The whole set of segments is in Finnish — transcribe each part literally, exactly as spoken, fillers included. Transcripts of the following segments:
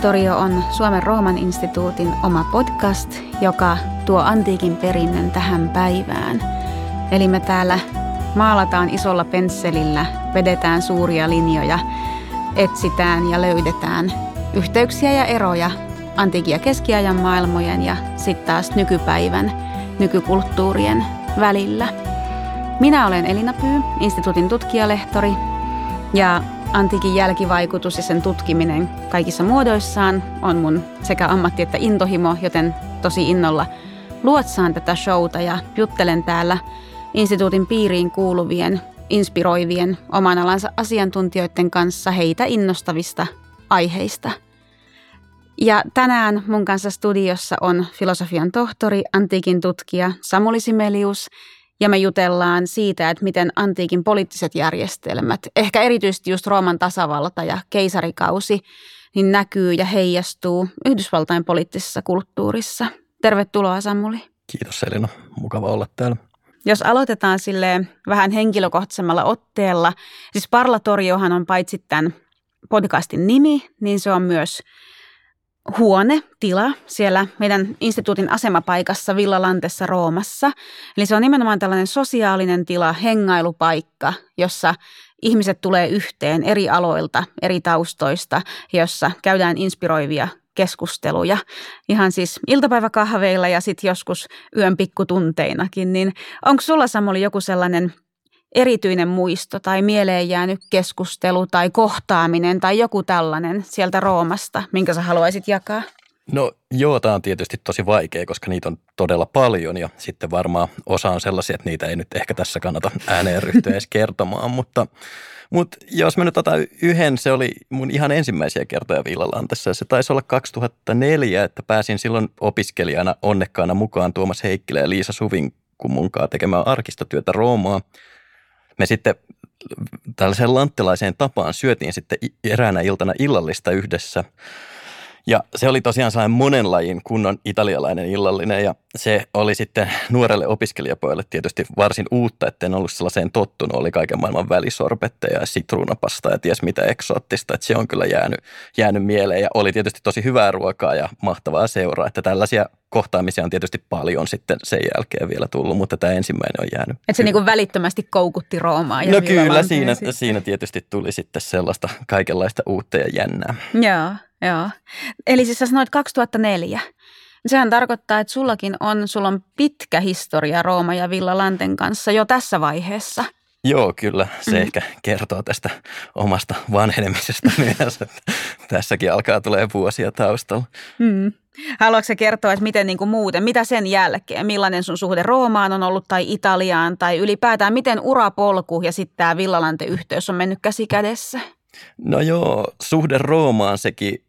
Falatorio on Suomen Rooman instituutin oma podcast, joka tuo antiikin perinnön tähän päivään. Eli me täällä maalataan isolla pensselillä, vedetään suuria linjoja, etsitään ja löydetään yhteyksiä ja eroja antiikin ja keskiajan maailmojen ja sitten taas nykypäivän, nykykulttuurien välillä. Minä olen Elina Pyy, instituutin tutkijalehtori, ja antiikin jälkivaikutus ja sen tutkiminen kaikissa muodoissaan on mun sekä ammatti että intohimo, joten tosi innolla luotsaan tätä showta ja juttelen täällä instituutin piiriin kuuluvien, inspiroivien, oman alansa asiantuntijoiden kanssa heitä innostavista aiheista. Ja tänään mun kanssa studiossa on filosofian tohtori, antiikin tutkija Samuli Simelius, ja me jutellaan siitä, että miten antiikin poliittiset järjestelmät, ehkä erityisesti just Rooman tasavalta ja keisarikausi, niin näkyy ja heijastuu Yhdysvaltain poliittisessa kulttuurissa. Tervetuloa, Samuli. Kiitos, Elina. Mukava olla täällä. Jos aloitetaan silleen vähän henkilökohtaisemmalla otteella, siis Parlatoriohan on paitsi tämän podcastin nimi, niin se on myös huone, tila siellä meidän instituutin asemapaikassa Villa Lantessa Roomassa. Eli se on nimenomaan tällainen sosiaalinen tila, hengailupaikka, jossa ihmiset tulee yhteen eri aloilta, eri taustoista, jossa käydään inspiroivia keskusteluja. Ihan siis iltapäiväkahveilla ja sitten joskus yön pikkutunteinakin. Niin onko sulla, Samuli, joku sellainen erityinen muisto tai mieleen jäänyt keskustelu tai kohtaaminen tai joku tällainen sieltä Roomasta, minkä sä haluaisit jakaa? No joo, tämä on tietysti tosi vaikea, koska niitä on todella paljon ja sitten varmaan osa on sellaisia, että niitä ei nyt ehkä tässä kannata ääneen ryhtyä edes kertomaan, mutta, mutta jos mä nyt otan yhden, se oli mun ihan ensimmäisiä kertoja Villa Lantessa. Se taisi olla kaksituhattaneljä, että pääsin silloin opiskelijana onnekkaana mukaan Tuomas Heikkilä ja Liisa Suvinkumunkaan tekemään arkistotyötä Roomaa. Me sitten tällaiseen lanttilaiseen tapaan syötiin sitten eräänä iltana illallista yhdessä. Ja se oli tosiaan sellainen monen lajin kunnon italialainen illallinen ja se oli sitten nuorelle opiskelijapojalle tietysti varsin uutta, että en ollut sellaiseen tottunut. Oli kaiken maailman välisorbetteja ja sitruunapasta ja ties mitä eksoottista, että se on kyllä jäänyt, jäänyt mieleen ja oli tietysti tosi hyvää ruokaa ja mahtavaa seuraa, että tällaisia kohtaamisia on tietysti paljon sitten sen jälkeen vielä tullut, mutta tämä ensimmäinen on jäänyt. Että se niin kuin välittömästi koukutti Roomaa. Ja no kyllä, siinä, siinä tietysti tuli sitten sellaista kaikenlaista uutta ja jännää. Joo, joo. Eli siis sä sanoit kaksituhattaneljä. Sehän tarkoittaa, että sullakin on, sulla on pitkä historia Rooma ja Villa Lanten kanssa jo tässä vaiheessa. Joo, kyllä. Se mm. ehkä kertoo tästä omasta vanhenemisesta myös, että tässäkin alkaa tulee vuosia taustalla. Mm. Haluatko sä kertoa, että miten niin kuin muuten, mitä sen jälkeen, millainen sun suhde Roomaan on ollut tai Italiaan tai ylipäätään miten urapolku ja sitten tämä Villa Lante-yhteys on mennyt käsi kädessä? No joo, suhde Roomaan sekin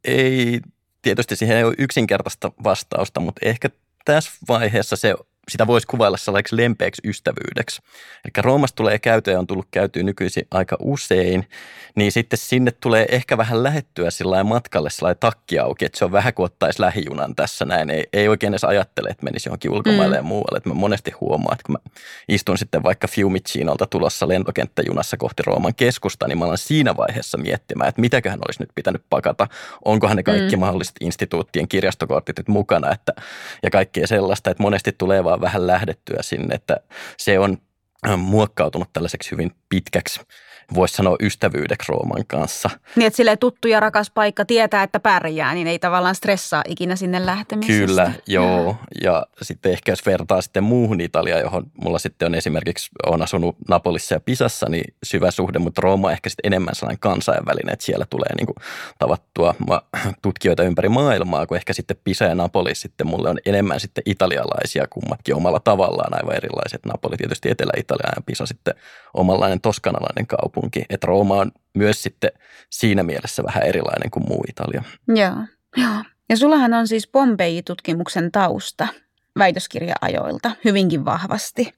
ei, tietysti siihen ei ole yksinkertaista vastausta, mutta ehkä tässä vaiheessa se, sitä voisi kuvailla sellaiseksi lempeäksi ystävyydeksi. Eli Roomasta tulee käytyä ja on tullut käytyä nykyisin aika usein, niin sitten sinne tulee ehkä vähän lähettyä sillä matkalle sillä takki auki, että se on vähän kuin ottaisi lähijunan tässä näin. Ei, ei oikein edes ajattele, että menisi johonkin ulkomaille mm. ja muualle. Että mä monesti huomaan, että kun mä istun sitten vaikka Fiumicinolta tulossa lentokenttäjunassa kohti Rooman keskusta, niin mä alan siinä vaiheessa miettimään, että mitäköhän olisi nyt pitänyt pakata. Onkohan ne kaikki mm. mahdolliset instituuttien kirjastokortit nyt mukana että, ja kaikkea sellaista, että monesti tulee vaan vähän lähdettyä sinne, että se on muokkautunut tällaiseksi hyvin pitkäksi, voisi sanoa ystävyydeksi Rooman kanssa. Niin, että silleen tuttu ja rakas paikka tietää, että pärjää, niin ei tavallaan stressaa ikinä sinne lähtemisestä. Kyllä, joo. Ja sitten ehkä jos vertaa sitten muuhun Italiaan, johon mulla sitten on esimerkiksi, olen asunut Napolissa ja Pisassa, niin syvä suhde, mutta Rooma on ehkä sitten enemmän sellainen kansainvälinen, että siellä tulee niin kuin tavattua tutkijoita ympäri maailmaa, kun ehkä sitten Pisa ja Napoli sitten mulle on enemmän sitten italialaisia kummatkin omalla tavallaan, aivan erilaiset. Napoli tietysti Etelä-Italia ja Pisa sitten omanlainen toskanalainen kaupunki. Että Rooma on myös sitten siinä mielessä vähän erilainen kuin muu Italia. Joo, joo. Ja sullahan on siis Pompei-tutkimuksen tausta väitöskirja-ajoilta hyvinkin vahvasti.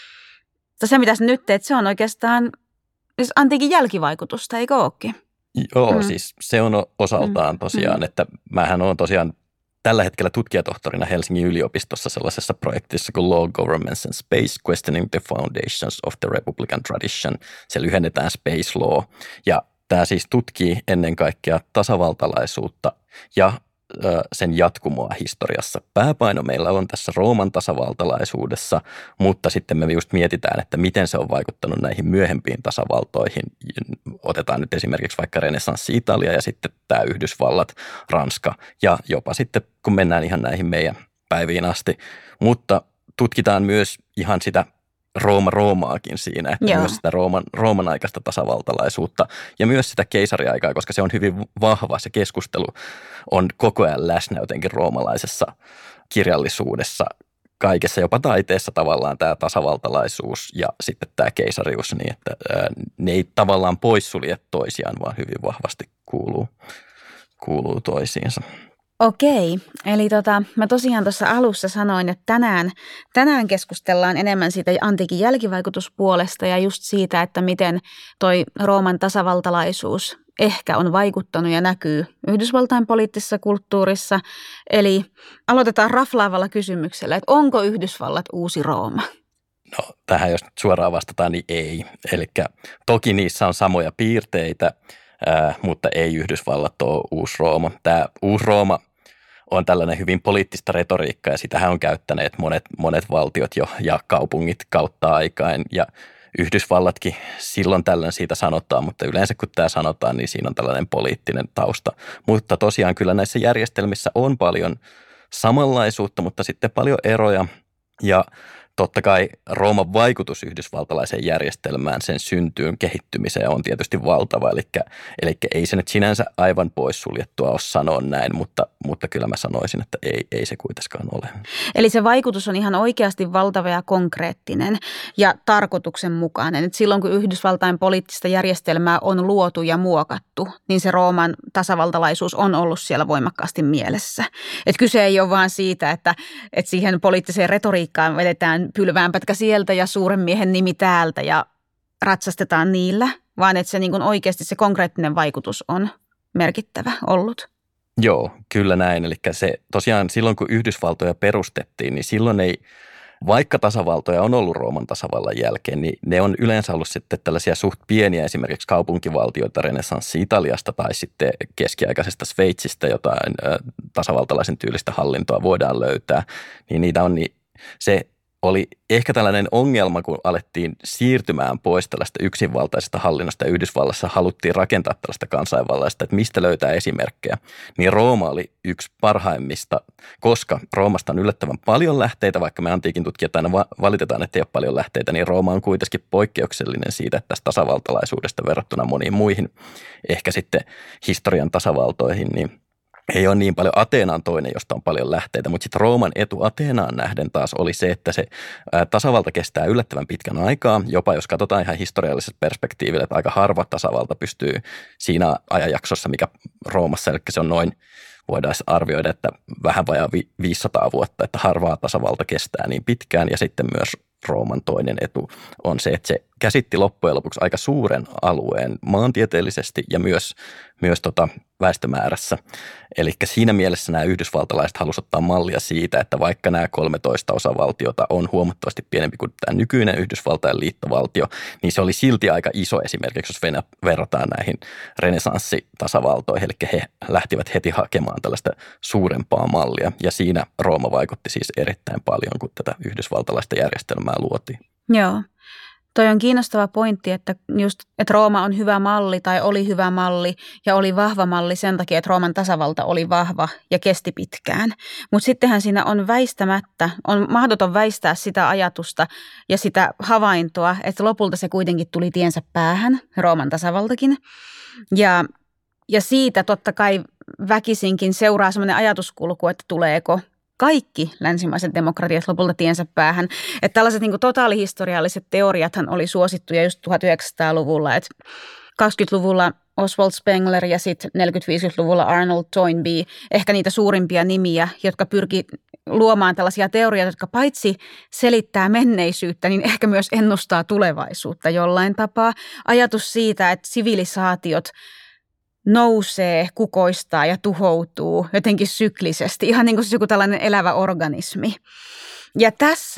Se, mitä sä nyt teet, se on oikeastaan siis antiikin jälkivaikutusta, eikö ookin? Joo, mm. siis se on osaltaan tosiaan, mm. että mähän olen tosiaan tällä hetkellä tutkijatohtorina Helsingin yliopistossa sellaisessa projektissa kuin Law, Governments and Space, Questioning the Foundations of the Republican Tradition. Se lyhennetään Space Law. Ja Tämä siis tutkii ennen kaikkea tasavaltalaisuutta ja sen jatkumoa historiassa. Pääpaino meillä on tässä Rooman tasavaltalaisuudessa, mutta sitten me just mietitään, että miten se on vaikuttanut näihin myöhempiin tasavaltoihin. Otetaan nyt esimerkiksi vaikka renessanssi Italia ja sitten tämä Yhdysvallat, Ranska ja jopa sitten kun mennään ihan näihin meidän päiviin asti. Mutta tutkitaan myös ihan sitä Rooma-Roomaakin siinä, että Joo. myös sitä Rooman, Rooman aikaista tasavaltalaisuutta ja myös sitä keisariaikaa, koska se on hyvin vahva, se keskustelu on koko ajan läsnä jotenkin roomalaisessa kirjallisuudessa, kaikessa, jopa taiteessa tavallaan tämä tasavaltalaisuus ja sitten tämä keisarius, niin että ää, ne ei tavallaan poissulje toisiaan, vaan hyvin vahvasti kuuluu, kuuluu toisiinsa. Okei, eli tota, mä tosiaan tuossa alussa sanoin, että tänään, tänään keskustellaan enemmän siitä antiikin jälkivaikutuspuolesta ja just siitä, että miten toi Rooman tasavaltalaisuus ehkä on vaikuttanut ja näkyy Yhdysvaltain poliittisessa kulttuurissa. Eli aloitetaan raflaavalla kysymyksellä, että onko Yhdysvallat uusi Rooma? No tähän jos nyt suoraan vastataan, niin ei. Eli toki niissä on samoja piirteitä, ää, mutta ei Yhdysvallat ole uusi Rooma. Tämä uusi Rooma on tällainen hyvin poliittista retoriikkaa ja sitähän on käyttäneet monet, monet valtiot jo ja kaupungit kautta aikaan ja Yhdysvallatkin silloin tällöin siitä sanotaan, mutta yleensä kun tämä sanotaan, niin siinä on tällainen poliittinen tausta. Mutta tosiaan kyllä näissä järjestelmissä on paljon samanlaisuutta, mutta sitten paljon eroja ja totta kai Rooman vaikutus yhdysvaltalaiseen järjestelmään, sen syntyyn, kehittymiseen on tietysti valtava, eli, eli ei se nyt sinänsä aivan poissuljettua ole sanoa näin, mutta, mutta kyllä mä sanoisin, että ei, ei se kuitenkaan ole. Eli se vaikutus on ihan oikeasti valtava ja konkreettinen ja tarkoituksenmukainen. Et silloin kun Yhdysvaltain poliittista järjestelmää on luotu ja muokattu, niin se Rooman tasavaltalaisuus on ollut siellä voimakkaasti mielessä. Et kyse ei ole vaan siitä, että, että siihen poliittiseen retoriikkaan vedetään pylväänpätkä sieltä ja suuren miehen nimi täältä ja ratsastetaan niillä, vaan että se niin kuin oikeasti se konkreettinen vaikutus on merkittävä ollut. Joo, kyllä näin. Eli se tosiaan silloin, kun Yhdysvaltoja perustettiin, niin silloin ei, vaikka tasavaltoja on ollut Rooman tasavallan jälkeen, niin ne on yleensä ollut sitten tällaisia suht pieniä esimerkiksi kaupunkivaltioita renessanssi Italiasta tai sitten keskiaikaisesta Sveitsistä, jotain tasavaltalaisen tyylistä hallintoa voidaan löytää, niin niitä on niin se oli ehkä tällainen ongelma, kun alettiin siirtymään pois tällaista yksinvaltaisesta hallinnosta ja Yhdysvallassa haluttiin rakentaa tällaista kansainvallasta, että mistä löytää esimerkkejä. Niin Rooma oli yksi parhaimmista, koska Roomasta on yllättävän paljon lähteitä, vaikka me antiikin tutkijat aina valitetaan, että ei ole paljon lähteitä, niin Rooma on kuitenkin poikkeuksellinen siitä, että tästä tasavaltalaisuudesta verrattuna moniin muihin, ehkä sitten historian tasavaltoihin, niin ei ole niin paljon. Ateena on toinen, josta on paljon lähteitä, mutta sitten Rooman etu Ateenaan nähden taas oli se, että se tasavalta kestää yllättävän pitkän aikaa. Jopa jos katsotaan ihan historiallisesta perspektiivillä, että aika harva tasavalta pystyy siinä ajanjaksossa, mikä Roomassa, eli se on noin, voidaan arvioida, että vähän vajaa viisisataa vuotta, että harvaa tasavalta kestää niin pitkään ja sitten myös Rooman toinen etu on se, että se käsitti loppujen lopuksi aika suuren alueen maantieteellisesti ja myös, myös tota väestömäärässä. Eli siinä mielessä nämä yhdysvaltalaiset halusivat ottaa mallia siitä, että vaikka nämä kolmetoista osavaltiota on huomattavasti pienempi kuin tämä nykyinen Yhdysvaltain liittovaltio, niin se oli silti aika iso esimerkiksi, jos verrataan näihin renessanssitasavaltoihin. Eli he lähtivät heti hakemaan tällaista suurempaa mallia ja siinä Rooma vaikutti siis erittäin paljon, kun tätä yhdysvaltalaista järjestelmää luotiin. Joo. Toi on kiinnostava pointti, että just, että Rooma on hyvä malli tai oli hyvä malli ja oli vahva malli sen takia, että Rooman tasavalta oli vahva ja kesti pitkään. Mutta sittenhän siinä on väistämättä, on mahdoton väistää sitä ajatusta ja sitä havaintoa, että lopulta se kuitenkin tuli tiensä päähän, Rooman tasavaltakin. Ja, ja siitä totta kai väkisinkin seuraa sellainen ajatuskulku, että tuleeko kaikki länsimaiset demokratiat lopulta tiensä päähän. Että tällaiset niin kuin totaalihistorialliset teoriathan oli suosittuja just tuhatyhdeksänsataaluvulla, että kaksikymmentäluvulla Oswald Spengler ja sitten neljäkymmentä-viisikymmentäluvulla Arnold Toynbee, ehkä niitä suurimpia nimiä, jotka pyrki luomaan tällaisia teorioita, jotka paitsi selittää menneisyyttä, niin ehkä myös ennustaa tulevaisuutta jollain tapaa. Ajatus siitä, että sivilisaatiot nousee, kukoistaa ja tuhoutuu jotenkin syklisesti, ihan niin kuin joku tällainen elävä organismi. Ja tässä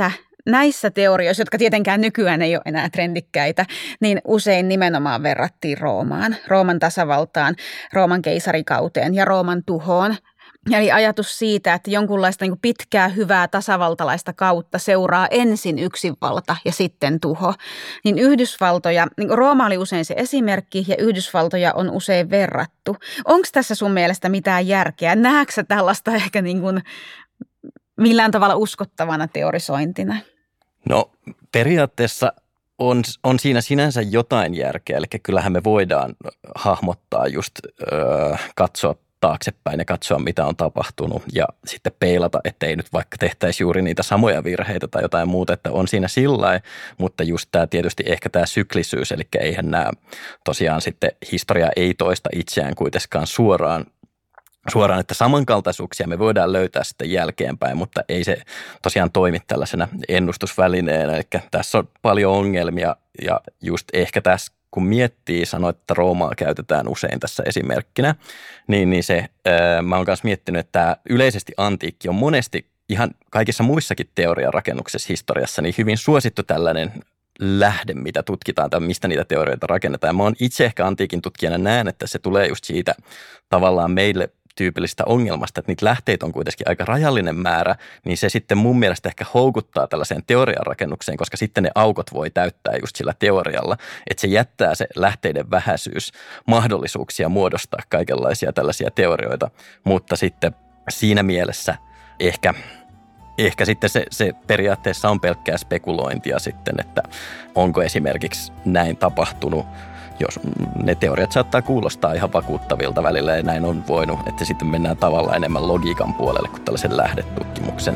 näissä teorioissa, jotka tietenkään nykyään ei ole enää trendikkäitä, niin usein nimenomaan verrattiin Roomaan, Rooman tasavaltaan, Rooman keisarikauteen ja Rooman tuhoon. Eli ajatus siitä, että jonkunlaista niin pitkää, hyvää tasavaltalaista kautta seuraa ensin yksinvalta ja sitten tuho. Niin Yhdysvaltoja, niin Rooma oli usein se esimerkki ja Yhdysvaltoja on usein verrattu. Onko tässä sun mielestä mitään järkeä? Näetkö sä tällaista ehkä niin kuin millään tavalla uskottavana teorisointina? No periaatteessa on, on siinä sinänsä jotain järkeä, eli kyllähän me voidaan hahmottaa just öö, katsoa taaksepäin ja katsoa, mitä on tapahtunut ja sitten peilata, ettei nyt vaikka tehtäisi juuri niitä samoja virheitä tai jotain muuta, että on siinä sillai, mutta just tämä tietysti ehkä tämä syklisyys, eli eihän nämä tosiaan sitten historia ei toista itseään kuitenkaan suoraan, suoraan, että samankaltaisuuksia me voidaan löytää sitten jälkeenpäin, mutta ei se tosiaan toimi tällaisena ennustusvälineenä, eli tässä on paljon ongelmia ja just ehkä tässä kun miettii, sanoit, että Roomaa käytetään usein tässä esimerkkinä, niin, niin se, ää, mä oon myös miettinyt, että tämä yleisesti antiikki on monesti ihan kaikissa muissakin teoriarakennuksessa historiassa niin hyvin suosittu tällainen lähde, mitä tutkitaan tai mistä niitä teorioita rakennetaan. Mä oon itse ehkä antiikin tutkijana näen, että se tulee just siitä tavallaan meille tyypillistä ongelmasta, että niitä lähteitä on kuitenkin aika rajallinen määrä, niin se sitten mun mielestä ehkä houkuttaa tällaiseen teoriarakennukseen, koska sitten ne aukot voi täyttää just sillä teorialla, että se jättää se lähteiden vähäisyys mahdollisuuksia muodostaa kaikenlaisia tällaisia teorioita, mutta sitten siinä mielessä ehkä Ehkä sitten se, se periaatteessa on pelkkää spekulointia sitten, että onko esimerkiksi näin tapahtunut, jos ne teoriat saattaa kuulostaa ihan vakuuttavilta välillä ja näin on voinut, että sitten mennään tavallaan enemmän logiikan puolelle kuin tällaisen lähdetutkimuksen.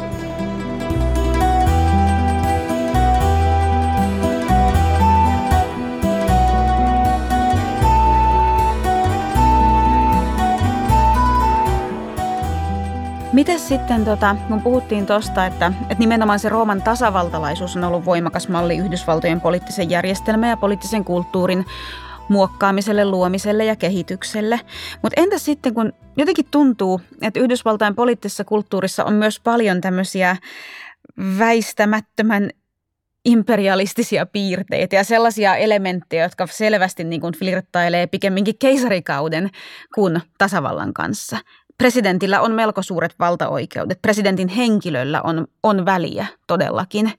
Miten sitten, tota, kun puhuttiin tuosta, että, että nimenomaan se Rooman tasavaltalaisuus on ollut voimakas malli Yhdysvaltojen poliittisen järjestelmän ja poliittisen kulttuurin muokkaamiselle, luomiselle ja kehitykselle. Mutta entäs sitten, kun jotenkin tuntuu, että Yhdysvaltain poliittisessa kulttuurissa on myös paljon tämmöisiä väistämättömän imperialistisia piirteitä ja sellaisia elementtejä, jotka selvästi niin kuin flirttailee pikemminkin keisarikauden kuin tasavallan kanssa. Presidentillä on melko suuret valtaoikeudet. Presidentin henkilöllä on, on väliä todellakin.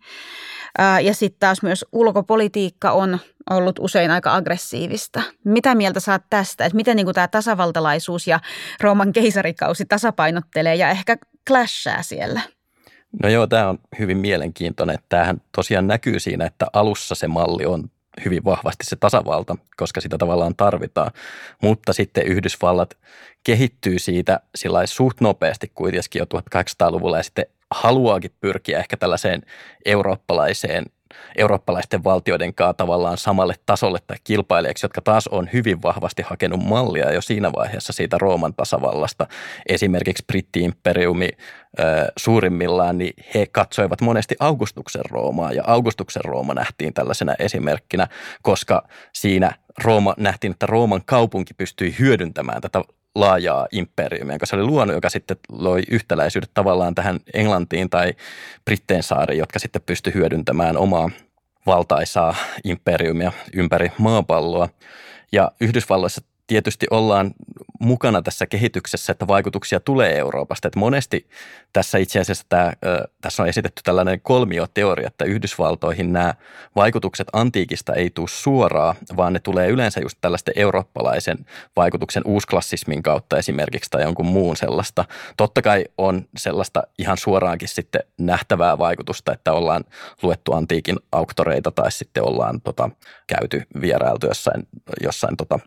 Ää, ja sitten taas myös ulkopolitiikka on ollut usein aika aggressiivista. Mitä mieltä saat tästä? Että miten niin tämä tasavaltalaisuus ja Rooman keisarikausi tasapainottelee ja ehkä clashaa siellä? No joo, tämä on hyvin mielenkiintoinen. Tämähän tosiaan näkyy siinä, että alussa se malli on hyvin vahvasti se tasavalta, koska sitä tavallaan tarvitaan. Mutta sitten Yhdysvallat kehittyy siitä sillä suht nopeasti kuitenkin jo tuhatkahdeksansataaluvulla ja sitten haluaakin pyrkiä ehkä tällaiseen eurooppalaiseen, eurooppalaisten valtioiden kanssa tavallaan samalle tasolle tai kilpailijaksi, jotka taas on hyvin vahvasti hakenut mallia jo siinä vaiheessa siitä Rooman tasavallasta. Esimerkiksi Britti-imperiumi suurimmillaan, niin he katsoivat monesti Augustuksen Roomaa ja Augustuksen Rooma nähtiin tällaisena esimerkkinä, koska siinä Rooma, nähtiin, että Rooman kaupunki pystyi hyödyntämään tätä laajaa imperiumia, joka se oli luonut, joka sitten loi yhtäläisyydet tavallaan tähän Englantiin tai Britteen saariin, jotka sitten pystyi hyödyntämään omaa valtaisaa imperiumia ympäri maapalloa. Ja Yhdysvalloissa tietysti ollaan mukana tässä kehityksessä, että vaikutuksia tulee Euroopasta. Että monesti tässä itse asiassa tämä, tässä on esitetty tällainen kolmioteoria, että Yhdysvaltoihin nämä vaikutukset antiikista ei tule suoraan, vaan ne tulee yleensä just tällaisten eurooppalaisen vaikutuksen uusklassismin kautta esimerkiksi tai jonkun muun sellaista. Totta kai on sellaista ihan suoraankin sitten nähtävää vaikutusta, että ollaan luettu antiikin auktoreita tai sitten ollaan tota, käyty vierailtu jossain, jossain tota,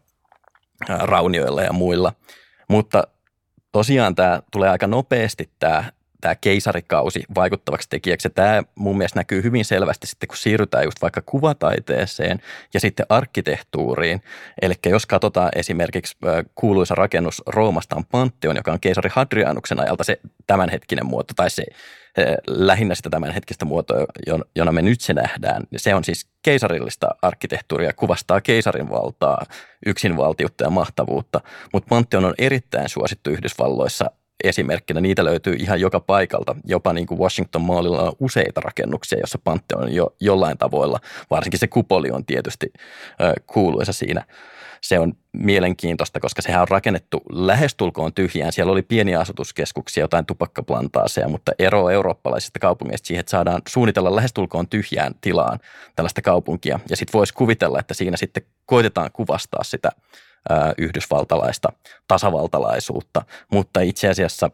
raunioilla ja muilla, mutta tosiaan tämä tulee aika nopeasti tämä, tämä keisarikausi vaikuttavaksi tekijäksi. Tämä mun mielestä näkyy hyvin selvästi sitten, kun siirrytään just vaikka kuvataiteeseen ja sitten arkkitehtuuriin. Eli jos katsotaan esimerkiksi kuuluisa rakennus Roomasta on Pantheon, joka on keisari Hadrianuksen ajalta se tämänhetkinen muoto tai se lähinnä sitä tämänhetkistä muotoa, jona me nyt se nähdään. Se on siis keisarillista arkkitehtuuria, kuvastaa keisarin valtaa, yksinvaltiutta ja mahtavuutta, mutta Pantheon on erittäin suosittu Yhdysvalloissa esimerkkinä. Niitä löytyy ihan joka paikalta. Jopa niin kuin Washington Mallilla on useita rakennuksia, jossa Pantheon on jo jollain tavoilla. Varsinkin se kupoli on tietysti ö, kuuluisa siinä. Se on mielenkiintoista, koska sehän on rakennettu lähestulkoon tyhjään. Siellä oli pieniä asutuskeskuksia, jotain tupakkaplantaaseja, mutta ero eurooppalaisista kaupungeista siihen, että saadaan suunnitella lähestulkoon tyhjään tilaan tällaista kaupunkia. Ja sitten voisi kuvitella, että siinä sitten koitetaan kuvastaa sitä ö, yhdysvaltalaista tasavaltalaisuutta, mutta itse asiassa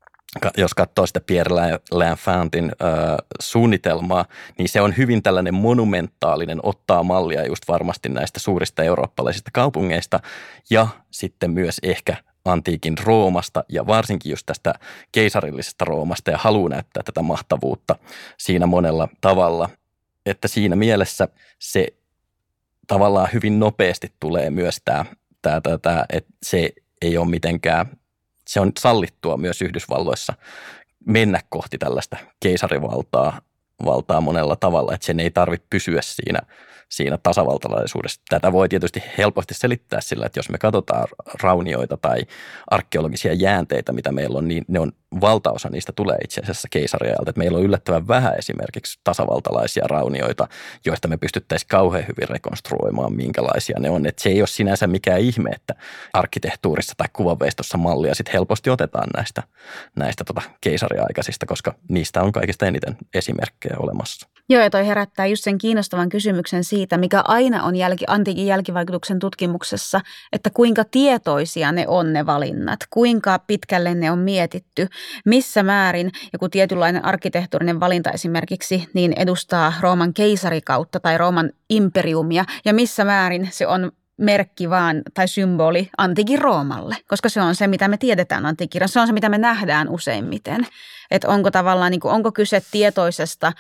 jos katsoo sitä Pierre L'Enfantin äh, suunnitelmaa, niin se on hyvin tällainen monumentaalinen, ottaa mallia just varmasti näistä suurista eurooppalaisista kaupungeista ja sitten myös ehkä antiikin Roomasta ja varsinkin just tästä keisarillisesta Roomasta ja haluaa näyttää tätä mahtavuutta siinä monella tavalla, että siinä mielessä se tavallaan hyvin nopeasti tulee myös tämä, tämä, tämä että se ei ole mitenkään. Se on sallittua myös Yhdysvalloissa mennä kohti tällaista keisarivaltaa valtaa monella tavalla, että sen ei tarvitse pysyä siinä, siinä tasavaltalaisuudessa. Tätä voi tietysti helposti selittää sillä, että jos me katsotaan raunioita tai arkeologisia jäänteitä, mitä meillä on, niin ne on valtaosa niistä tulee itse asiassa keisariajalta. Että meillä on yllättävän vähän esimerkiksi tasavaltalaisia raunioita, joista me pystyttäisiin kauhean hyvin rekonstruoimaan, minkälaisia ne on. Että se ei ole sinänsä mikään ihme, että arkkitehtuurissa tai kuvanveistossa mallia sitten helposti otetaan näistä, näistä tota keisariaikaisista, koska niistä on kaikista eniten esimerkkejä olemassa. Joo, ja toi herättää just sen kiinnostavan kysymyksen siitä, mikä aina on jälki, antiikin jälkivaikutuksen tutkimuksessa, että kuinka tietoisia ne on ne valinnat, kuinka pitkälle ne on mietitty, missä määrin joku tietynlainen arkkitehtuurinen valinta esimerkiksi niin edustaa Rooman keisarikautta tai Rooman imperiumia ja missä määrin se on merkki vaan tai symboli antiikin Roomalle, koska se on se, mitä me tiedetään antiikin, se on se, mitä me nähdään useimmiten, että onko tavallaan, niin kuin, onko kyse tietoisesta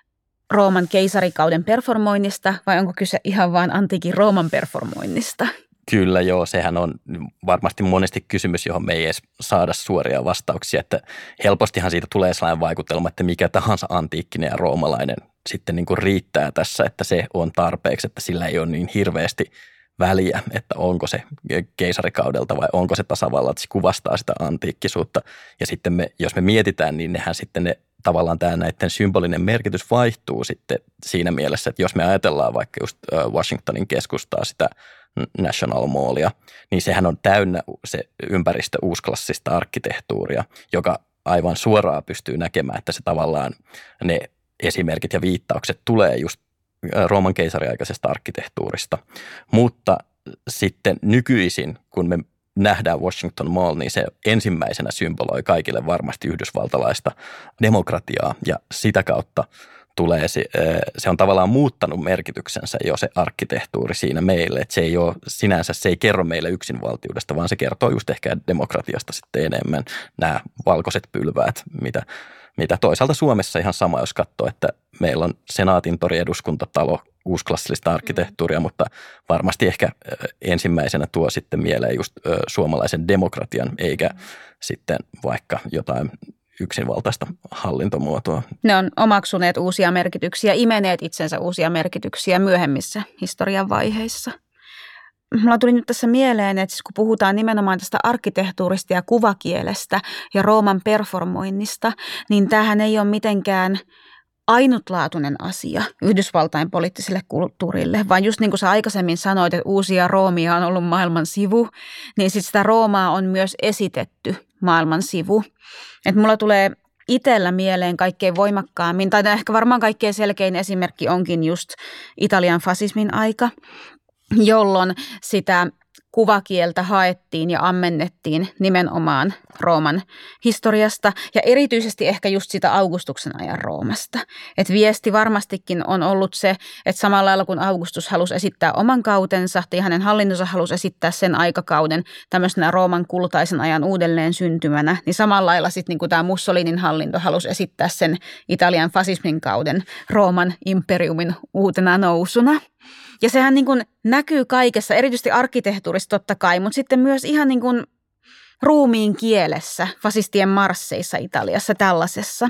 Rooman keisarikauden performoinnista vai onko kyse ihan vaan antiikin Rooman performoinnista? Kyllä joo, sehän on varmasti monesti kysymys, johon me ei edes saada suoria vastauksia, että helpostihan siitä tulee sellainen vaikutelma, että mikä tahansa antiikkinen ja roomalainen sitten niin kuin riittää tässä, että se on tarpeeksi, että sillä ei ole niin hirveästi väliä, että onko se keisarikaudelta vai onko se tasavalta, että se kuvastaa sitä antiikkisuutta. Ja sitten me, jos me mietitään, niin nehän sitten ne tavallaan tämä näiden symbolinen merkitys vaihtuu sitten siinä mielessä, että jos me ajatellaan vaikka just Washingtonin keskustaa, sitä National Mallia, niin sehän on täynnä se ympäristö uusklassista arkkitehtuuria, joka aivan suoraan pystyy näkemään, että se tavallaan ne esimerkit ja viittaukset tulee just Rooman keisariaikaisesta arkkitehtuurista. Mutta sitten nykyisin, kun me nähdään Washington Mall, niin se ensimmäisenä symboloi kaikille varmasti yhdysvaltalaista demokratiaa ja sitä kautta tulee se, se on tavallaan muuttanut merkityksensä jo se arkkitehtuuri siinä meille, että se ei ole sinänsä, se ei kerro meille yksinvaltiudesta, vaan se kertoo just ehkä demokratiasta sitten enemmän nämä valkoiset pylväät, mitä, mitä toisaalta Suomessa ihan sama, jos katsoo, että meillä on Senaatintori, eduskuntatalo, uusklassillista arkkitehtuuria, mutta varmasti ehkä ensimmäisenä tuo sitten mieleen just suomalaisen demokratian, eikä sitten vaikka jotain yksinvaltaista hallintomuotoa. Ne on omaksuneet uusia merkityksiä, imeneet itsensä uusia merkityksiä myöhemmissä historian vaiheissa. Mulla tuli nyt tässä mieleen, että kun puhutaan nimenomaan tästä arkkitehtuurista ja kuvakielestä ja Rooman performoinnista, niin tämähän ei ole mitenkään ainutlaatuinen asia Yhdysvaltain poliittiselle kulttuurille, vaan just niin kuin sä aikaisemmin sanoit, että uusia Roomia on ollut maailman sivu, niin sitten sitä Roomaa on myös esitetty maailman sivu. Että mulla tulee itsellä mieleen kaikkein voimakkaammin, tai ehkä varmaan kaikkein selkein esimerkki onkin just Italian fasismin aika, jolloin sitä kuvakieltä haettiin ja ammennettiin nimenomaan Rooman historiasta ja erityisesti ehkä just sitä Augustuksen ajan Roomasta. Et viesti varmastikin on ollut se, että samalla lailla kun Augustus halusi esittää oman kautensa tai hänen hallintonsa halusi esittää sen aikakauden tämmöisenä Rooman kultaisen ajan uudelleen syntymänä, niin samalla lailla sitten niin tämä Mussolinin hallinto halusi esittää sen Italian fasismin kauden Rooman imperiumin uutena nousuna. Ja sehän niin kuin näkyy kaikessa, erityisesti arkkitehtuurissa totta kai, mutta sitten myös ihan niin kuin ruumiin kielessä, fasistien marsseissa Italiassa, tällaisessa.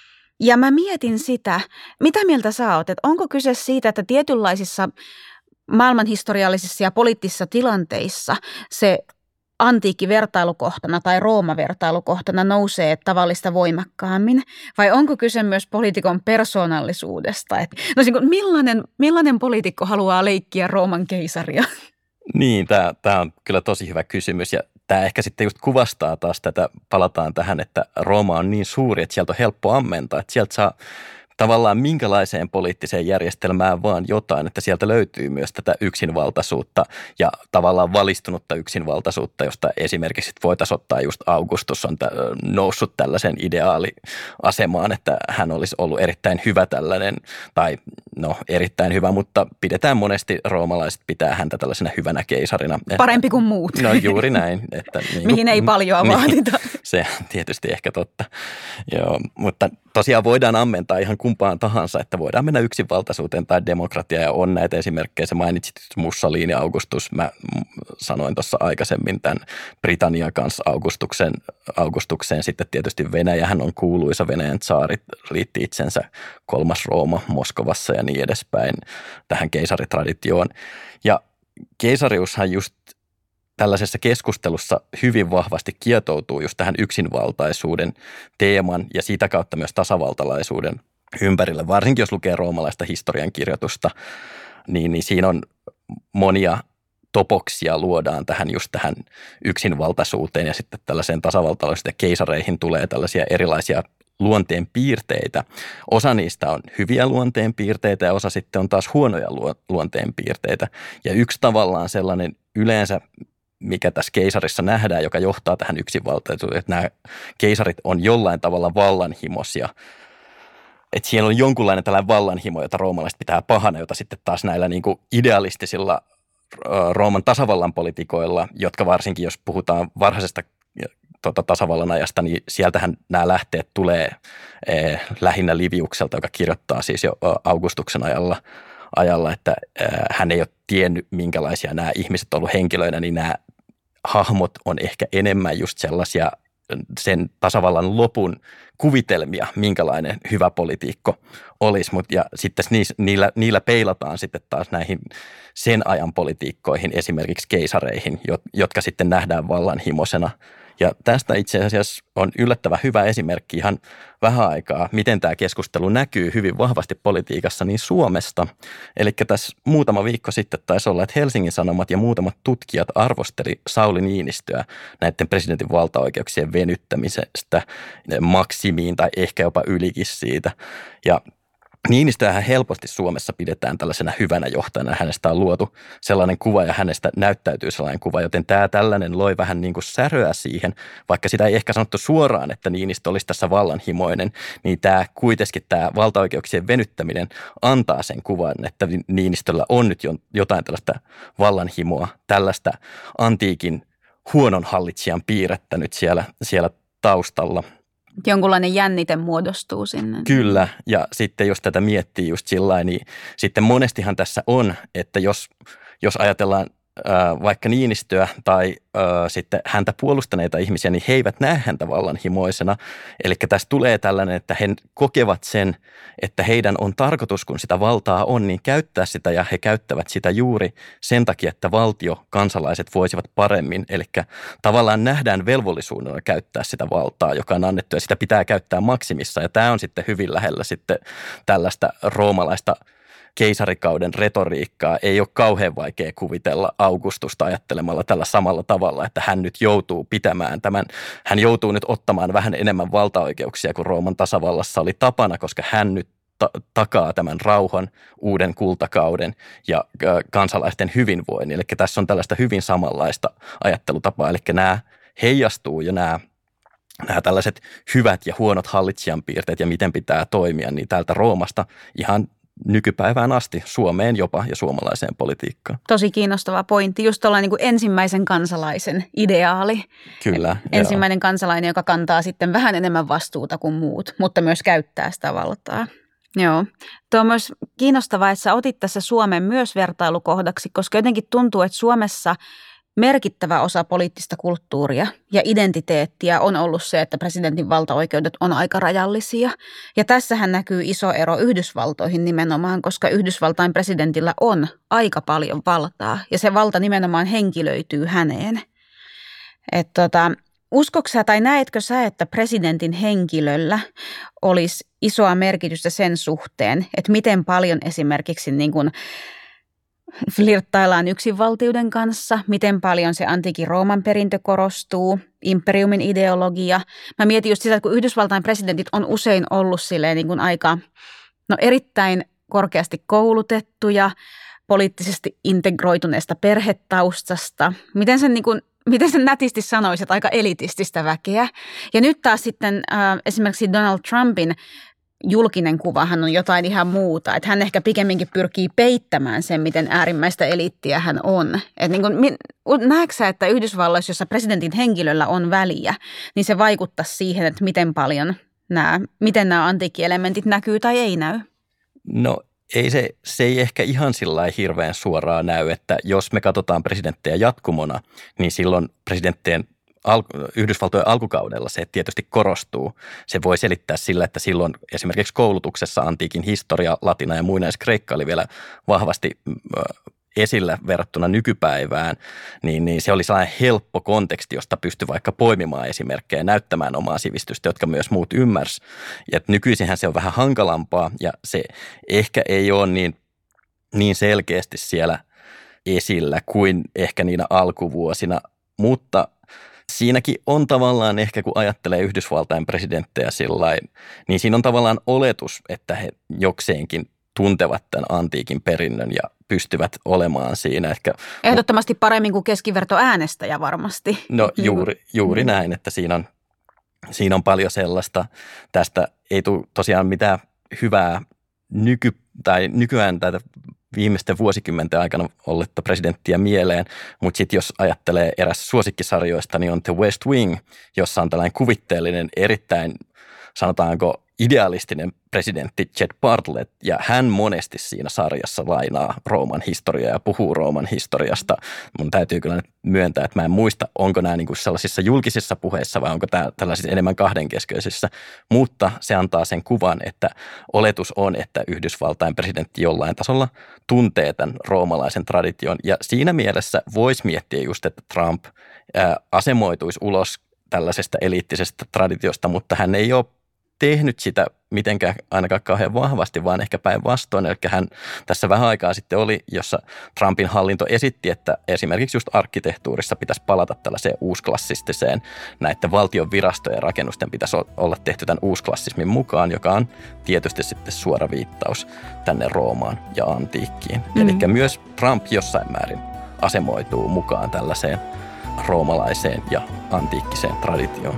Ja mä mietin sitä, mitä mieltä sä oot, että onko kyse siitä, että tietynlaisissa maailmanhistoriallisissa ja poliittisissa tilanteissa se antiikki vertailukohtana tai Rooma vertailukohtana nousee tavallista voimakkaammin? Vai onko kyse myös poliitikon persoonallisuudesta? Et, no siis, millainen, millainen poliitikko haluaa leikkiä Rooman keisaria? Niin, tämä on kyllä tosi hyvä kysymys ja tämä ehkä sitten just kuvastaa taas tätä, palataan tähän, että Rooma on niin suuri, että sieltä on helppo ammentaa, että sieltä saa tavallaan minkälaiseen poliittiseen järjestelmään vaan jotain, että sieltä löytyy myös tätä yksinvaltaisuutta ja tavallaan valistunutta yksinvaltaisuutta, josta esimerkiksi voitaisiin ottaa just Augustus on noussut tällaisen ideaaliasemaan, että hän olisi ollut erittäin hyvä tällainen, tai no erittäin hyvä, mutta pidetään monesti roomalaiset pitää häntä tällaisena hyvänä keisarina. Parempi kuin muut. No juuri näin. Että niin, mihin ei paljon niin, vaadita. Se on tietysti ehkä totta. Joo, mutta tosiaan voidaan ammentaa ihan kumpaan tahansa, että voidaan mennä yksinvaltaisuuteen tai demokratiaan ja on näitä esimerkkejä. Sä mainitsit Mussolini, Augustus. Mä sanoin tuossa aikaisemmin tämän Britannian kanssa Augustuksen, Augustukseen. Sitten tietysti Venäjähän on kuuluisa. Venäjän tsaarit liitti itsensä kolmas Rooma Moskovassa ja niin edespäin tähän keisaritraditioon. Ja keisariushan just tällaisessa keskustelussa hyvin vahvasti kietoutuu just tähän yksinvaltaisuuden teeman ja sitä kautta myös tasavaltalaisuuden ympärille. Varsinkin jos lukee roomalaista historiankirjoitusta, niin, niin siinä on monia topoksia luodaan tähän just tähän yksinvaltaisuuteen ja sitten tällaiseen tasavaltalaisuuteen ja keisareihin tulee tällaisia erilaisia luonteen piirteitä. Osa niistä on hyviä luonteen piirteitä ja osa sitten on taas huonoja luonteen piirteitä. Ja yksi tavallaan sellainen yleensä, mikä tässä keisarissa nähdään, joka johtaa tähän yksinvaltaisuuteen, että nämä keisarit on jollain tavalla vallanhimoisia. Että siellä on jonkunlainen tällainen vallanhimo, jota roomalaiset pitää pahana, jota sitten taas näillä niin kuin idealistisilla Rooman tasavallan politikoilla, jotka varsinkin jos puhutaan varhaisesta tota, tasavallan ajasta, niin sieltähän nämä lähteet tulee eh, lähinnä Liviukselta, joka kirjoittaa siis jo Augustuksen ajalla, ajalla että eh, hän ei ole tiennyt, minkälaisia nämä ihmiset on ollut henkilöinä, niin nämä hahmot on ehkä enemmän just sellaisia sen tasavallan lopun kuvitelmia, minkälainen hyvä politiikko olisi, mutta ja sitten niillä, niillä peilataan sitten taas näihin sen ajan politiikkoihin, esimerkiksi keisareihin, jotka sitten nähdään vallanhimoisena. Ja tästä itse asiassa on yllättävän hyvä esimerkki ihan vähän aikaa, miten tämä keskustelu näkyy hyvin vahvasti politiikassa niin Suomesta. Eli tässä muutama viikko sitten taisi olla, että Helsingin Sanomat ja muutamat tutkijat arvosteli Sauli Niinistöä näiden presidentin valtaoikeuksien venyttämisestä maksimiin tai ehkä jopa ylikin siitä. Ja Niinistöähän helposti Suomessa pidetään tällaisena hyvänä johtajana. Hänestä on luotu sellainen kuva ja hänestä näyttäytyy sellainen kuva, joten tämä tällainen loi vähän niin kuin säröä siihen, vaikka sitä ei ehkä sanottu suoraan, että Niinistö olisi tässä vallanhimoinen, niin tämä kuitenkin tämä valtaoikeuksien venyttäminen antaa sen kuvan, että Niinistöllä on nyt jotain tällaista vallanhimoa, tällaista antiikin huonon hallitsijan piirrettä nyt siellä, siellä taustalla. Jonkunlainen jännite muodostuu sinne. Kyllä, ja sitten jos tätä miettii just sillain, niin sitten monestihan tässä on, että jos, jos ajatellaan äh, vaikka Niinistöä tai äh, sitten häntä puolustaneita ihmisiä, niin he eivät näe häntä vallanhimoisena. Eli tässä tulee tällainen, että he kokevat sen, että heidän on tarkoitus, kun sitä valtaa on, niin käyttää sitä ja he käyttävät sitä juuri sen takia, että valtio, kansalaiset voisivat paremmin. Eli tavallaan nähdään velvollisuudena käyttää sitä valtaa, joka on annettu ja sitä pitää käyttää maksimissa. Ja tämä on sitten hyvin lähellä sitten tällaista roomalaista keisarikauden retoriikkaa. Ei ole kauhean vaikea kuvitella Augustusta ajattelemalla tällä samalla tavalla, että hän nyt joutuu pitämään tämän, hän joutuu nyt ottamaan vähän enemmän valtaoikeuksia kuin Rooman tasavallassa oli tapana, koska hän nyt ta- takaa tämän rauhan, uuden kultakauden ja äh, kansalaisten hyvinvoinnin. Eli tässä on tällaista hyvin samanlaista ajattelutapaa, eli nämä heijastuu ja nämä Nämä tällaiset hyvät ja huonot hallitsijan piirteet ja miten pitää toimia, niin täältä Roomasta ihan nykypäivään asti Suomeen jopa ja suomalaiseen politiikkaan. Tosi kiinnostava pointti. Just tuollainen niin kuin ensimmäisen kansalaisen ideaali. Kyllä. Ensimmäinen joo. kansalainen, joka kantaa sitten vähän enemmän vastuuta kuin muut, mutta myös käyttää sitä valtaa. Joo. Tuo on myös kiinnostavaa, että sä otit tässä Suomen myös vertailukohdaksi, koska jotenkin tuntuu, että Suomessa merkittävä osa poliittista kulttuuria ja identiteettiä on ollut se, että presidentin valtaoikeudet on aika rajallisia. Ja tässähän näkyy iso ero Yhdysvaltoihin nimenomaan, koska Yhdysvaltain presidentillä on aika paljon valtaa ja se valta nimenomaan henkilöityy häneen. Että tota, uskotko sä tai näetkö sä, että presidentin henkilöllä olisi isoa merkitystä sen suhteen, että miten paljon esimerkiksi niin kuin flirttaillaan yksinvaltiuden kanssa, miten paljon se antiikin Rooman perintö korostuu, imperiumin ideologia. Mä mietin just sitä, että kun Yhdysvaltain presidentit on usein ollut silleen niin kuin aika no erittäin korkeasti koulutettuja, poliittisesti integroituneesta perhetaustasta. Miten sen, niin kuin, miten sen nätisti sanoisi, että aika elitististä väkeä. Ja nyt taas sitten äh, esimerkiksi Donald Trumpin julkinen kuvahan on jotain ihan muuta. Että hän ehkä pikemminkin pyrkii peittämään sen, miten äärimmäistä eliittiä hän on. Että niin kuin, näetkö sä, että Yhdysvalloissa, jossa presidentin henkilöllä on väliä, niin se vaikuttaa siihen, että miten paljon nämä, miten nämä antiikkielementit näkyy tai ei näy? No ei se, se ei ehkä ihan sillä hirveän suoraan näy, että jos me katsotaan presidenttejä jatkumona, niin silloin presidenttien al- Yhdysvaltojen alkukaudella se tietysti korostuu. Se voi selittää sillä, että silloin esimerkiksi koulutuksessa antiikin historia, latina ja muinaiskreikka oli vielä vahvasti esillä verrattuna nykypäivään, niin, niin se oli sellainen helppo konteksti, josta pystyi vaikka poimimaan esimerkkejä ja näyttämään omaa sivistystä, jotka myös muut ymmärsi. Ja nykyisinhän se on vähän hankalampaa ja se ehkä ei ole niin, niin selkeästi siellä esillä kuin ehkä niinä alkuvuosina, mutta siinäkin on tavallaan ehkä, kun ajattelee Yhdysvaltain presidenttejä sillain, niin siinä on tavallaan oletus, että he jokseenkin tuntevat tämän antiikin perinnön ja pystyvät olemaan siinä. Ehkä, ehdottomasti paremmin kuin keskiverto äänestäjä varmasti. No juuri, juuri näin, että siinä on, siinä on paljon sellaista. Tästä ei tule tosiaan mitään hyvää nyky, tai nykyään tätä viimeisten vuosikymmenten aikana ollutta presidenttiä mieleen, mutta sitten jos ajattelee eräs suosikkisarjoista, niin on The West Wing, jossa on tällainen kuvitteellinen, erittäin sanotaanko idealistinen presidentti Jed Bartlet, ja hän monesti siinä sarjassa lainaa Rooman historiaa ja puhuu Rooman historiasta. Mun täytyy kyllä nyt myöntää, että mä en muista, onko nämä niin kuin sellaisissa julkisissa puheissa vai onko tämä tällaisissa enemmän kahdenkeskeisissä, mutta se antaa sen kuvan, että oletus on, että Yhdysvaltain presidentti jollain tasolla tuntee tämän roomalaisen tradition, ja siinä mielessä voisi miettiä just, että Trump ää, asemoituisi ulos tällaisesta eliittisestä traditiosta, mutta hän ei ole tehnyt sitä mitenkään ainakaan kauhean vahvasti, vaan ehkä päinvastoin. Eli hän tässä vähän aikaa sitten oli, jossa Trumpin hallinto esitti, että esimerkiksi just arkkitehtuurissa pitäisi palata tällaiseen uusklassistiseen. Näiden valtion virastojen ja rakennusten pitäisi olla tehty tämän uusklassismin mukaan, joka on tietysti sitten suora viittaus tänne Roomaan ja antiikkiin. Mm-hmm. Eli myös Trump jossain määrin asemoituu mukaan tällaiseen roomalaiseen ja antiikkiseen traditioon.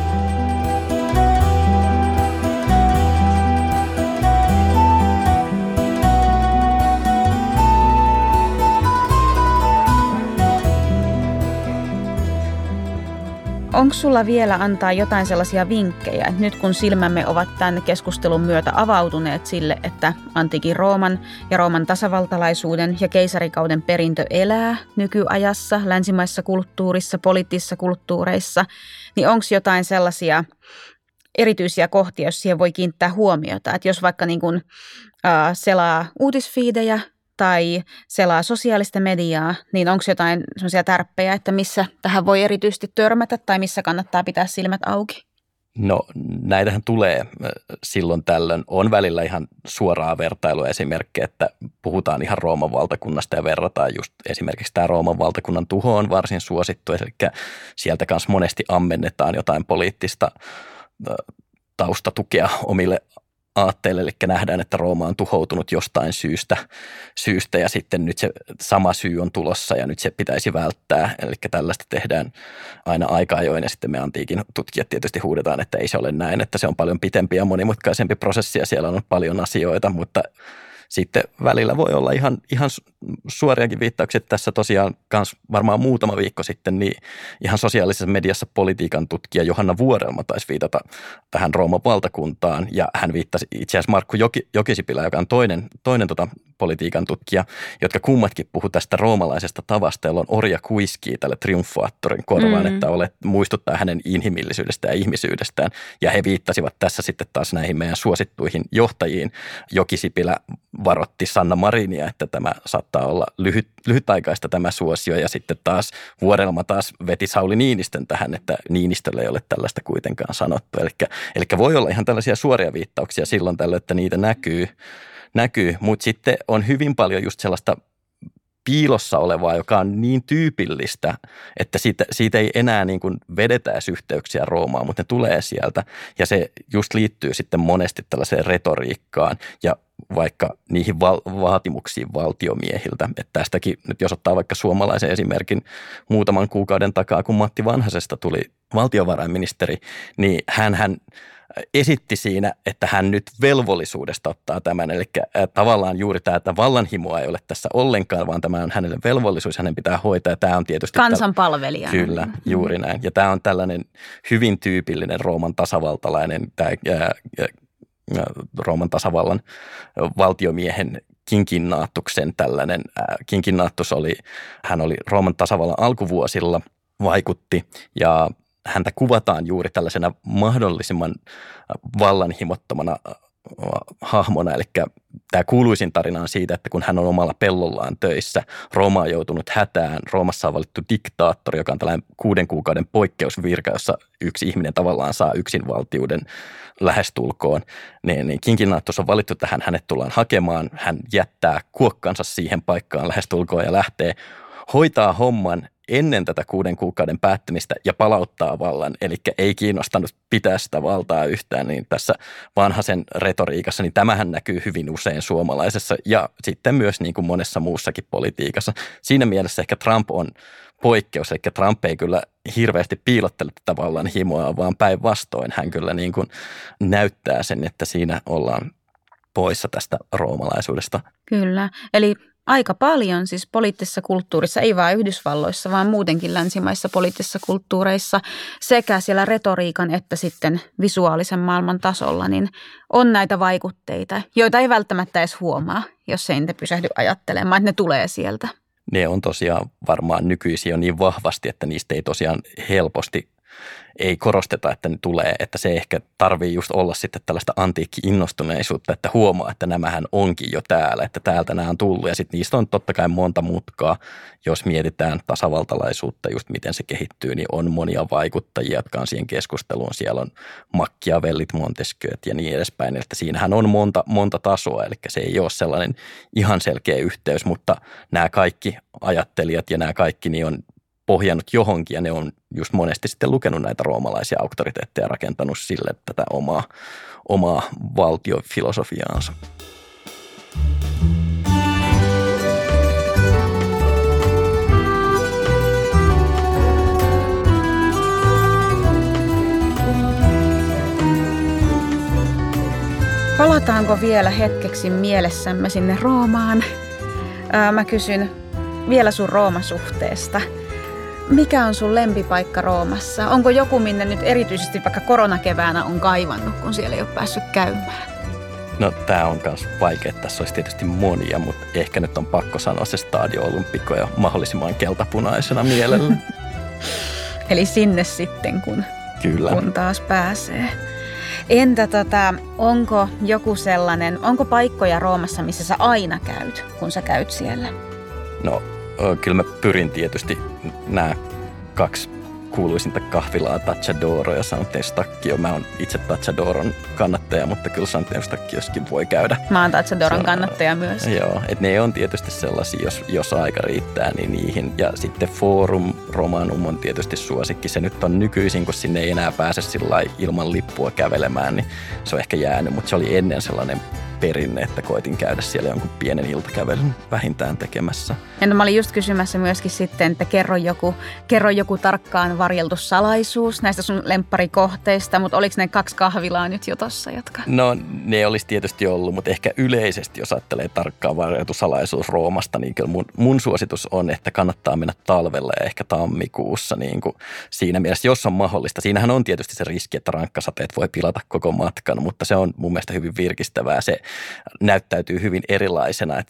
Onko sulla vielä antaa jotain sellaisia vinkkejä, että nyt kun silmämme ovat tämän keskustelun myötä avautuneet sille, että antiikin Rooman ja Rooman tasavaltalaisuuden ja keisarikauden perintö elää nykyajassa, länsimaisessa kulttuurissa, poliittisissa kulttuureissa, niin onko jotain sellaisia erityisiä kohtia, jos siihen voi kiinnittää huomiota, että jos vaikka niin kuin, äh, selaa uutisfiidejä, tai selaa sosiaalista mediaa, niin onko jotain sellaisia tärppejä, että missä tähän voi erityisesti törmätä tai missä kannattaa pitää silmät auki? No näitähän tulee silloin tällöin. On välillä ihan suoraa vertailua esimerkkejä, että puhutaan ihan Rooman valtakunnasta ja verrataan just esimerkiksi tämä Rooman valtakunnan tuho on varsin suosittu. Eli sieltä kanssa monesti ammennetaan jotain poliittista taustatukea omille aatteille, eli nähdään, että Rooma on tuhoutunut jostain syystä, syystä ja sitten nyt se sama syy on tulossa ja nyt se pitäisi välttää. Eli tällaista tehdään aina aika ajoin ja sitten me antiikin tutkijat tietysti huudetaan, että ei se ole näin, että se on paljon pitempi ja monimutkaisempi prosessi ja siellä on paljon asioita, mutta sitten välillä voi olla ihan, ihan suoriakin viittauksia. Tässä tosiaan kans varmaan muutama viikko sitten niin ihan sosiaalisessa mediassa politiikan tutkija Johanna Vuorelma taisi viitata tähän Rooman valtakuntaan. Ja hän viittasi itse asiassa Markku Jokisipilä, joka on toinen, toinen tota politiikan tutkija, jotka kummatkin puhu tästä roomalaisesta tavasta, jolloin orja kuiskii tälle triumfaattorin korvaan, mm-hmm. että olet, muistuttaa hänen inhimillisyydestä ja ihmisyydestään. Ja he viittasivat tässä sitten taas näihin meidän suosittuihin johtajiin. Jokisipilä varoitti Sanna Marinia, että tämä saattaa olla lyhyt, lyhytaikaista tämä suosio ja sitten taas Vuorelma taas veti Sauli Niinistön tähän, että Niinistölle ei ole tällaista kuitenkaan sanottu. Eli, eli voi olla ihan tällaisia suoria viittauksia silloin tällöin, että niitä näkyy, näkyy. Mutta sitten on hyvin paljon just sellaista piilossa olevaa, joka on niin tyypillistä, että siitä, siitä ei enää niin kuin vedetä edes yhteyksiä Roomaan, mutta ne tulee sieltä. Ja se just liittyy sitten monesti tällaiseen retoriikkaan ja vaikka niihin val- vaatimuksiin valtiomiehiltä. Että tästäkin nyt jos ottaa vaikka suomalaisen esimerkin muutaman kuukauden takaa, kun Matti Vanhasesta tuli valtiovarainministeri, niin hänhän esitti siinä, että hän nyt velvollisuudesta ottaa tämän. Eli tavallaan juuri tämä, että vallanhimoa ei ole tässä ollenkaan, vaan tämä on hänelle velvollisuus, hänen pitää hoitaa. Ja tämä on tietysti kansanpalvelijana. Kyllä, juuri näin. Ja tämä on tällainen hyvin tyypillinen Rooman tasavaltalainen, tämä ää, ää, Rooman tasavallan valtiomiehen Cincinnatuksen tällainen. Cincinnatus oli, hän oli Rooman tasavallan alkuvuosilla, vaikutti ja häntä kuvataan juuri tällaisena mahdollisimman vallanhimottomana hahmona. Eli tämä kuuluisin tarina on siitä, että kun hän on omalla pellollaan töissä, Rooma on joutunut hätään. Roomassa on valittu diktaattori, joka on tällainen kuuden kuukauden poikkeusvirka, jossa yksi ihminen tavallaan saa yksinvaltiuden lähestulkoon. Niin, niin Cincinnatus on valittu tähän, hänet tullaan hakemaan. Hän jättää kuokkansa siihen paikkaan lähestulkoon ja lähtee hoitaa homman ennen tätä kuuden kuukauden päättymistä ja palauttaa vallan, eli ei kiinnostanut pitää sitä valtaa yhtään, niin tässä Vanhasen retoriikassa, niin tämähän näkyy hyvin usein suomalaisessa ja sitten myös niin kuin monessa muussakin politiikassa. Siinä mielessä ehkä Trump on poikkeus, eli Trump ei kyllä hirveästi piilottele tätä vallan himoa, vaan päinvastoin hän kyllä niin kuin näyttää sen, että siinä ollaan poissa tästä roomalaisuudesta. Kyllä, eli aika paljon siis poliittisessa kulttuurissa, ei vain Yhdysvalloissa, vaan muutenkin länsimaissa poliittisissa kulttuureissa sekä siellä retoriikan että sitten visuaalisen maailman tasolla, niin on näitä vaikutteita, joita ei välttämättä edes huomaa, jos ei niitä pysähdy ajattelemaan, että ne tulee sieltä. Ne on tosiaan varmaan nykyisin jo niin vahvasti, että niistä ei tosiaan helposti ei korosteta, että ne tulee, että se ehkä tarvii just olla sitten tällaista antiikki-innostuneisuutta, että huomaa, että nämähän onkin jo täällä, että täältä nämä on tullut ja sitten niistä on totta kai monta mutkaa. Jos mietitään tasavaltalaisuutta, just miten se kehittyy, niin on monia vaikuttajia, jotka on siihen keskusteluun. Siellä on Machiavellit, Montesquieu't ja niin edespäin, että siinähän on monta, monta tasoa, eli se ei ole sellainen ihan selkeä yhteys, mutta nämä kaikki ajattelijat ja nämä kaikki niin on pohjannut johonkin ja ne on just monesti sitten lukenut näitä roomalaisia auktoriteetteja ja rakentanut sille tätä omaa, omaa valtiofilosofiaansa. Palataanko vielä hetkeksi mielessämme sinne Roomaan? Ää, mä kysyn vielä sun Rooma-suhteesta. Mikä on sun lempipaikka Roomassa? Onko joku, minne nyt erityisesti vaikka koronakeväänä on kaivannut, kun siellä ei ole päässyt käymään? No tää on myös vaikea. Tässä olisi tietysti monia, mutta ehkä nyt on pakko sanoa se Stadio Olimpico ja mahdollisimman keltapunaisena mielellä. Eli sinne sitten, kun, Kyllä. kun taas pääsee. Entä tota, onko joku sellainen, onko paikkoja Roomassa, missä sä aina käyt, kun sä käyt siellä? No kyllä mä pyrin tietysti nämä kaksi kuuluisinta kahvilaa, Tacciadoro ja Sant'Eustachio. Mä oon itse Tacciadoron kannattaja, mutta kyllä Sant'Eustachioskin voi käydä. Mä oon Tacciadoron on, kannattaja myös. Joo, että ne on tietysti sellaisia, jos, jos aika riittää, niin niihin. Ja sitten Forum Romanum on tietysti suosikki. Se nyt on nykyisin, kun sinne ei enää pääse sillä ilman lippua kävelemään, niin se on ehkä jäänyt, mutta se oli ennen sellainen perinne, että koitin käydä siellä jonkun pienen iltakävelyn vähintään tekemässä. Ja no, mä olin just kysymässä myöskin sitten, että kerro joku, kerro joku tarkkaan varjeltu salaisuus näistä sun lempparikohteista, mutta oliko ne kaksi kahvilaa nyt jo tossa, jotka? No ne olisi tietysti ollut, mutta ehkä yleisesti, jos ajattelee tarkkaan varjeltu salaisuus Roomasta, niin kyllä mun, mun suositus on, että kannattaa mennä talvella ja ehkä tammikuussa niin kuin siinä mielessä, jos on mahdollista. Siinähän on tietysti se riski, että rankkasateet voi pilata koko matkan, mutta se on mun mielestä hyvin virkistävää. Se näyttäytyy hyvin erilaisena, että se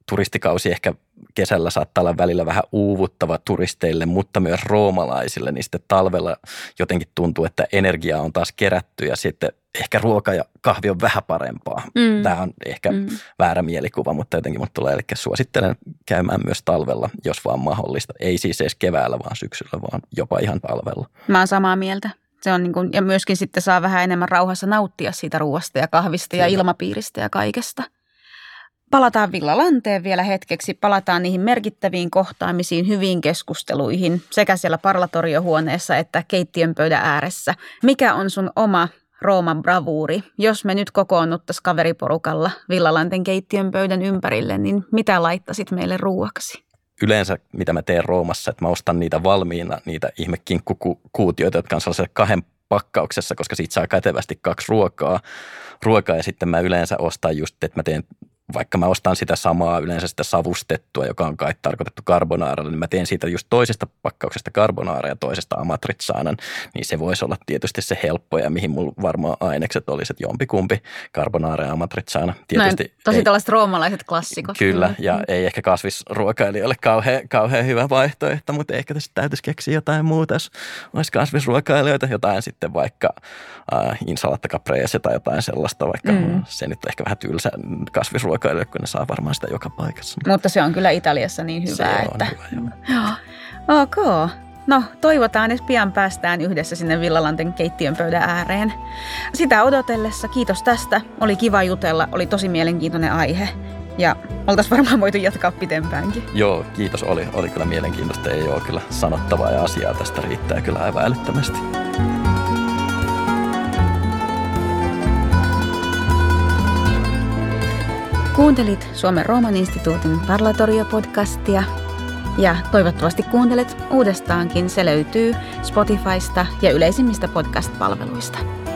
turistikausi ehkä kesällä saattaa olla välillä vähän uuvuttava turisteille, mutta myös roomalaisille, niin sitten talvella jotenkin tuntuu, että energiaa on taas kerätty ja sitten ehkä ruoka ja kahvi on vähän parempaa. Mm. Tämä on ehkä mm. väärä mielikuva, mutta jotenkin mut tulee, eli suosittelen käymään myös talvella, jos vaan mahdollista. Ei siis edes keväällä, vaan syksyllä, vaan jopa ihan talvella. Mä oon samaa mieltä. Se on niin kuin, ja myöskin sitten saa vähän enemmän rauhassa nauttia siitä ruoasta ja kahvista Kyllä. ja ilmapiiristä ja kaikesta. Palataan Villalanteen vielä hetkeksi. Palataan niihin merkittäviin kohtaamisiin, hyviin keskusteluihin sekä siellä parlatoriohuoneessa että keittiön pöydän ääressä. Mikä on sun oma Rooman bravuuri? Jos me nyt kokoonnuttaisiin kaveriporukalla Villalanten keittiön pöydän ympärille, niin mitä laittaisit meille ruuaksi? Yleensä, mitä mä teen Roomassa, että mä ostan niitä valmiina, niitä ihmekinkkukuutioita, jotka on sellaisessa kahden pakkauksessa, koska siitä saa kätevästi kaksi ruokaa. Ruokaa ja sitten mä yleensä ostan just, että mä teen, vaikka mä ostan sitä samaa, yleensä sitä savustettua, joka on kai tarkoitettu carbonaralle, niin mä teen siitä just toisesta pakkauksesta carbonara ja toisesta amatrizzaanan, niin se voisi olla tietysti se helppo ja mihin mulla varmaan ainekset olisi, että jompikumpi carbonara ja amatrizzana. Tietysti no, tosi ei, tällaiset roomalaiset klassikot. Kyllä, ja mm. ei ehkä kasvisruokailijoille kauhean, kauhean hyvä vaihtoehto, mutta ehkä tässä täytyisi keksiä jotain muuta, jos olisi kasvisruokailijoita, jotain sitten vaikka äh, insalata caprese tai jotain sellaista, vaikka mm. se nyt on ehkä vähän tylsä kasvisruokailijoille, kun ne saa varmaan sitä joka paikassa. Mutta se on kyllä Italiassa niin hyvää, se että... on hyvä, joo. Ok. No, toivotaan, että pian päästään yhdessä sinne Villalanten keittiön pöydän ääreen. Sitä odotellessa kiitos tästä. Oli kiva jutella, oli tosi mielenkiintoinen aihe. Ja oltaisiin varmaan voitu jatkaa pitempäänkin. Joo, kiitos. Oli, oli kyllä mielenkiintoista. Ei ole kyllä sanottavaa ja asiaa tästä riittää kyllä aivan älyttömästi. Kuuntelit Suomen Rooman instituutin Parlatorio-podcastia ja toivottavasti kuuntelet uudestaankin. Se löytyy Spotifysta ja yleisimmistä podcast-palveluista.